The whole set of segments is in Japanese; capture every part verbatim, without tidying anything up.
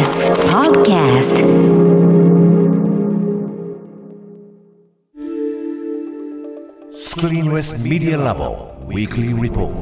TBS Podcast Screen West Media Labo Weekly Report。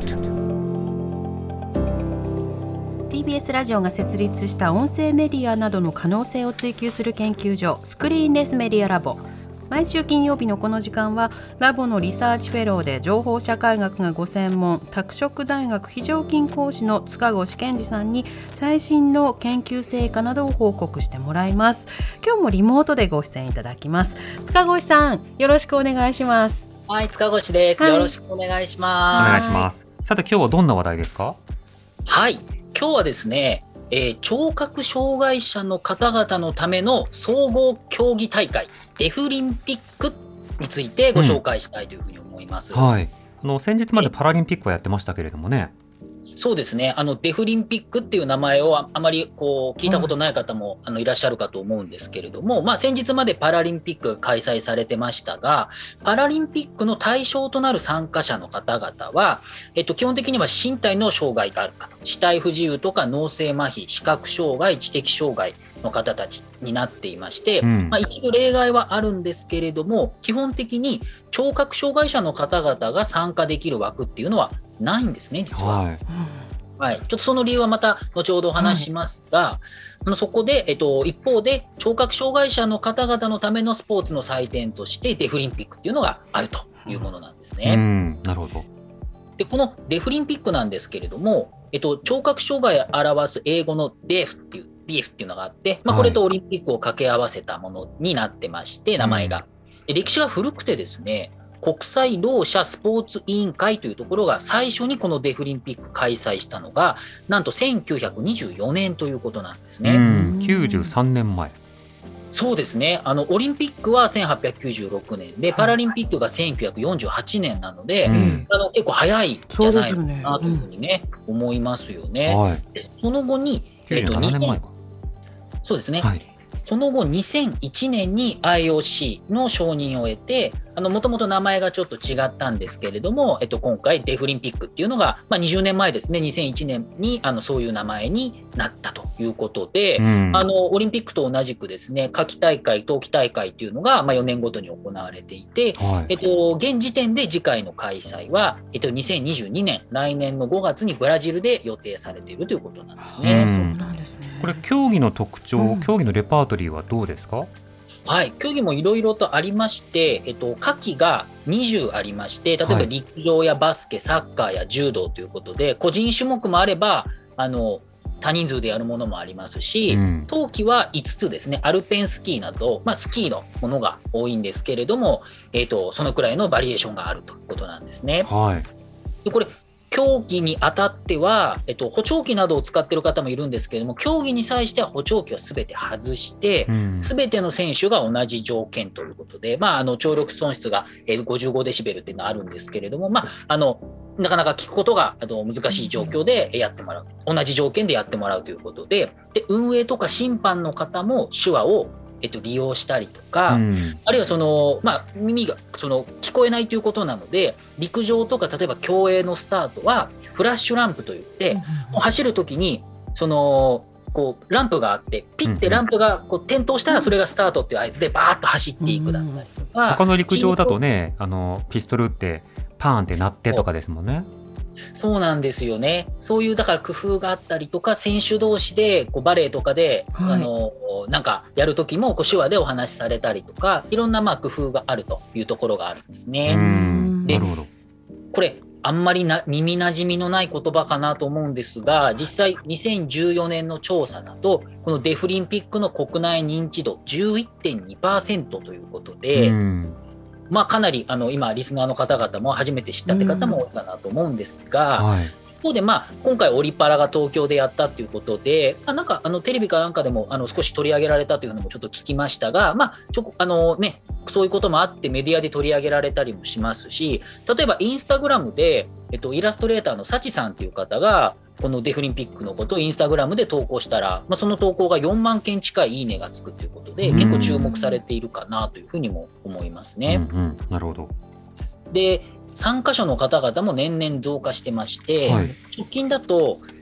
ティービーエス ラジオが設立した音声メディアなどの可能性を追求する研究所、スクリーンレスメディアラボ。毎週金曜日のこの時間はラボのリサーチフェローで情報社会学がご専門、拓殖大学非常勤講師の塚越健二さんに最新の研究成果などを報告してもらいます。今日もリモートでご出演いただきます。塚越さん、よろしくお願いします。 はい、塚越です、はい、よろしくお願いします。 お願いします。さて今日はどんな話題ですか？ はい、今日はですね、えー、聴覚障害者の方々のための総合競技大会デフリンピックについてご紹介したいというふうに思います、 うん、はい、あの先日までパラリンピックはやってましたけれどもね。 そうですね、あのデフリンピックっていう名前を あ, あまりこう聞いたことない方も、うん、あのいらっしゃるかと思うんですけれども、まあ、先日までパラリンピックが開催されてましたが、パラリンピックの対象となる参加者の方々は、えっと、基本的には身体の障害がある方、肢体不自由とか脳性麻痺、視覚障害、知的障害の方たちになっていまして、うんまあ、一部例外はあるんですけれども、基本的に聴覚障害者の方々が参加できる枠っていうのはないんですね、実は、はいはい、ちょっとその理由はまた後ほどお話しますが、はい、そこで、えっと、一方で聴覚障害者の方々のためのスポーツの祭典としてデフリンピックっていうのがあるというものなんですね、 うん、なるほど。 でこのデフリンピックなんですけれども、えっと、聴覚障害を表す英語のデフっていうデフっていうのがあって、まあ、これとオリンピックを掛け合わせたものになってまして、はい、名前が、うん、歴史が古くてですね、国際ろう者スポーツ委員会というところが最初にこのデフリンピック開催したのがなんとせんきゅうひゃくにじゅうよねんということなんですね。 うん、きゅうじゅうさんねんまえ。 そうですね、あのオリンピックはせんはっぴゃくきゅうじゅうろくねんで、パラリンピックがせんきゅうひゃくよんじゅうはちねんなので、うん、あの結構早いんじゃないかなというふうにね、うん、思いますよね、はい、でその後に、 えっと、にじゅうななねんまえか。 そうですね、 はい、 その後にせんいちねんに アイオーシー の承認を得て、もともと名前がちょっと違ったんですけれども、えっと、今回デフリンピックっていうのが、まあ、にじゅうねんまえですね、にせんいちねんにあのそういう名前になったということで、うん、あのオリンピックと同じくですね、夏季大会冬季大会っていうのが、まあ、よねんごとに行われていて、はい、えっと、現時点で次回の開催は、えっと、にせんにじゅうにねん来年のごがつにブラジルで予定されているということなんですね、 うん、そうなんですね。これ競技の特徴、うん、競技のレパートリーはどうですか？ はい、競技もいろいろとありまして、えっと、夏季がにじゅうありまして、例えば陸上やバスケ、サッカーや柔道ということで、個人種目もあればあの多人数でやるものもありますし、うん、冬季はいつつですね、アルペンスキーなど、まあ、スキーのものが多いんですけれども、えっと、そのくらいのバリエーションがあるということなんですね、はい、でこれ競技にあたっては、えっと、補聴器などを使っている方もいるんですけれども、競技に際しては補聴器をすべて外してすべ、うん、ての選手が同じ条件ということで、まあ、あの聴力損失がごじゅうごデシベルっていうのがあるんですけれども、まあ、あのなかなか聞くことがあの難しい状況でやってもらう、同じ条件でやってもらうということで、で運営とか審判の方も手話をえっと、利用したりとか、うん、あるいはその、まあ、耳がその聞こえないということなので、陸上とか例えば競泳のスタートはフラッシュランプといって、うん、もう走るときにそのこうランプがあって、ピッてランプがこう点灯したらそれがスタートっていう合図でバーッと走っていくだったりとか、 他の陸上だとね、あのピストルってパーンって鳴ってとかですもんね。 そうなんですよね。そういうだから工夫があったりとか、選手同士でこうバレーとかで、はい、あのなんかやる時もこう手話でお話しされたりとか、いろんなまあ工夫があるというところがあるんですね。で、なるほど。これあんまりな耳なじみのない言葉かなと思うんですが、実際にせんじゅうよねんの調査だと、このデフリンピックの国内認知度 じゅういってんにパーセント ということで、まあ、かなりあの今リスナーの方々も初めて知ったって方も多いかなと思うんですが、うんはい、一方で、まあ、今回オリパラが東京でやったということで、まあ、なんかあのテレビかなんかでもあの少し取り上げられたというのもちょっと聞きましたが、まあちょあのね、そういうこともあってメディアで取り上げられたりもしますし、例えばインスタグラムで、えっと、イラストレーターのサチさんという方がこのデフリンピックのことをインスタグラムで投稿したら、まあ、その投稿がよんまんけん近いいいねがつくということで、結構注目されているかなというふうにも思いますね。 うんうん、なるほど。 で、参加者の方々も年々増加してまして、はい、直近だと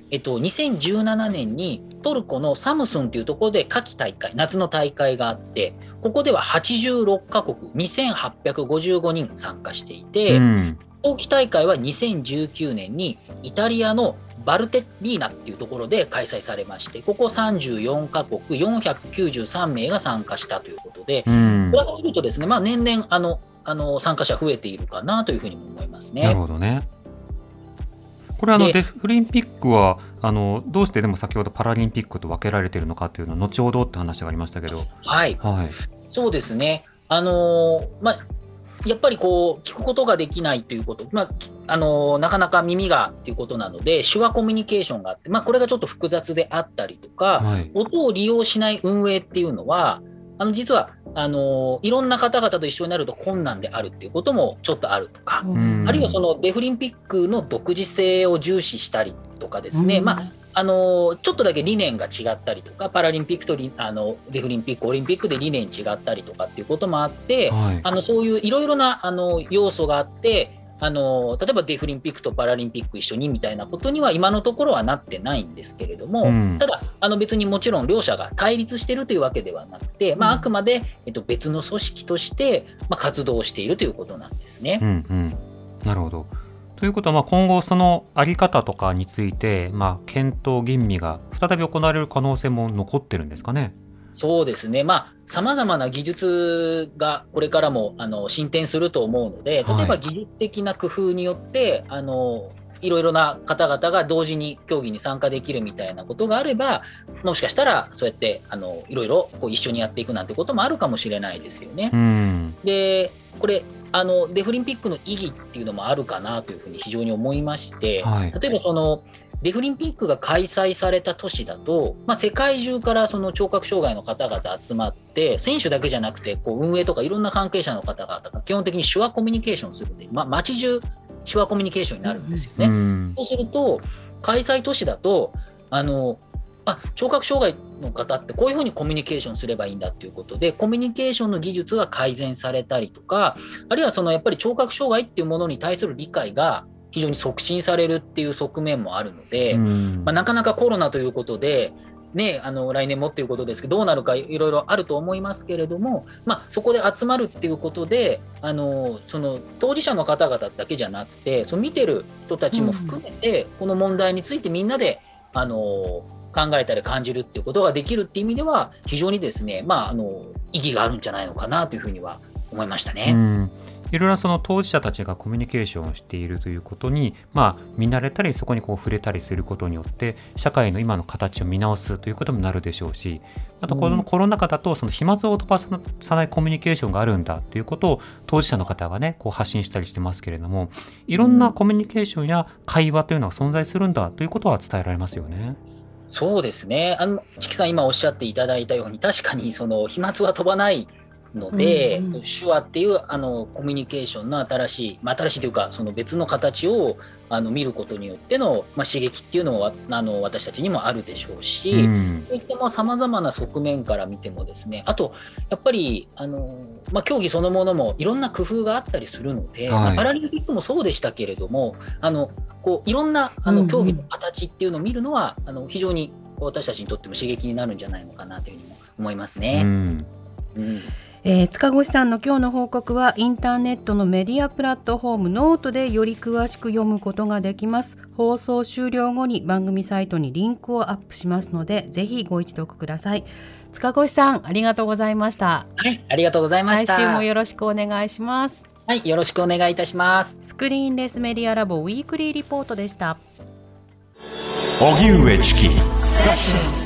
えっと、にせんじゅうななねんにトルコのサムスンというところで夏季大会、夏の大会があって、ここでははちじゅうろっかこくにせんはっぴゃくごじゅうごにん参加していて、うん、冬季大会はにせんじゅうきゅうねんにイタリアのバルテリーナっていうところで開催されまして、ここさんじゅうよんかこくよんひゃくきゅうじゅうさんめいが参加したということで、うん、これを見るとですね、まあ、年々あのあの参加者増えているかなというふうにも思いますね。 なるほどね。これあのデフリンピックはあのどうしてでも先ほどパラリンピックと分けられているのかというのは後ほどって話がありましたけど、 はい、はい、そうですね、あのーまあ、やっぱりこう聞くことができないということ、まああのー、なかなか耳がということなので手話コミュニケーションがあって、まあ、これがちょっと複雑であったりとか、はい、音を利用しない運営っていうのはあの実はあのいろんな方々と一緒になると困難であるっていうこともちょっとあるとか、あるいはそのデフリンピックの独自性を重視したりとかですね、まああのちょっとだけ理念が違ったりとか、パラリンピックとあのデフリンピックオリンピックで理念違ったりとかっていうこともあって、はい、あのそういういろいろなあの要素があって、あの例えばデフリンピックとパラリンピック一緒にみたいなことには今のところはなってないんですけれども、うん、ただあの別にもちろん両者が対立しているというわけではなくて、まあ、あくまで、えっと、別の組織として、まあ、活動しているということなんですね。 うんうん、なるほど。ということは、まあ今後そのあり方とかについて、まあ、検討吟味が再び行われる可能性も残ってるんですかね。 そうですね、まあ、さまざまな技術がこれからもあの進展すると思うので、例えば技術的な工夫によって、はい、あのいろいろな方々が同時に競技に参加できるみたいなことがあれば、もしかしたらそうやってあのいろいろこう一緒にやっていくなんてこともあるかもしれないですよね。うん、でこれあのデフリンピックの意義っていうのもあるかなというふうに非常に思いまして、はい、例えばそのデフリンピックが開催された都市だと、まあ、世界中からその聴覚障害の方々集まって、選手だけじゃなくてこう運営とかいろんな関係者の方々が基本的に手話コミュニケーションするので、まあ、街中手話コミュニケーションになるんですよね。うん、そうすると開催都市だとあのあ聴覚障害の方ってこういうふうにコミュニケーションすればいいんだっていうことで、コミュニケーションの技術が改善されたりとか、あるいはそのやっぱり聴覚障害っていうものに対する理解が非常に促進されるっていう側面もあるので、うんまあ、なかなかコロナということで、ね、あの来年もっていうことですけどどうなるかいろいろあると思いますけれども、まあ、そこで集まるっていうことであのその当事者の方々だけじゃなくてその見てる人たちも含めて、うん、この問題についてみんなであの考えたり感じるっていうことができるっていう意味では非常にですね、まあ、あの意義があるんじゃないのかなというふうには思いましたね。うんいろいろその当事者たちがコミュニケーションをしているということに、まあ、見慣れたりそこにこう触れたりすることによって社会の今の形を見直すということにもなるでしょうし、あとこのコロナ禍だとその飛沫を飛ばさないコミュニケーションがあるんだということを当事者の方がねこう発信したりしてますけれども、いろんなコミュニケーションや会話というのが存在するんだということは伝えられますよね。 そうですね、あのチキさん今おっしゃっていただいたように確かにその飛沫は飛ばないので、うんうん、手話っていうあのコミュニケーションの新しい、まあ、新しいというかその別の形をあの見ることによっての、まあ、刺激っていうのはあの私たちにもあるでしょうし、うん、そういったさまざまな側面から見てもですね、あとやっぱりあの、まあ、競技そのものもいろんな工夫があったりするので、はいまあ、パラリンピックもそうでしたけれどもあのこういろんなあの競技の形っていうのを見るのは、うんうん、あの非常に私たちにとっても刺激になるんじゃないのかなというふうにも思いますね。うんうんえー、塚越さんの今日の報告はインターネットのメディアプラットフォームノートでより詳しく読むことができます。放送終了後に番組サイトにリンクをアップしますのでぜひご一読ください。塚越さんありがとうございました。 はい、ありがとうございました。 来週もよろしくお願いします。 はい、よろしくお願いいたします。 スクリーンレスメディアラボウィークリーリポートでした。 荻上チキセッション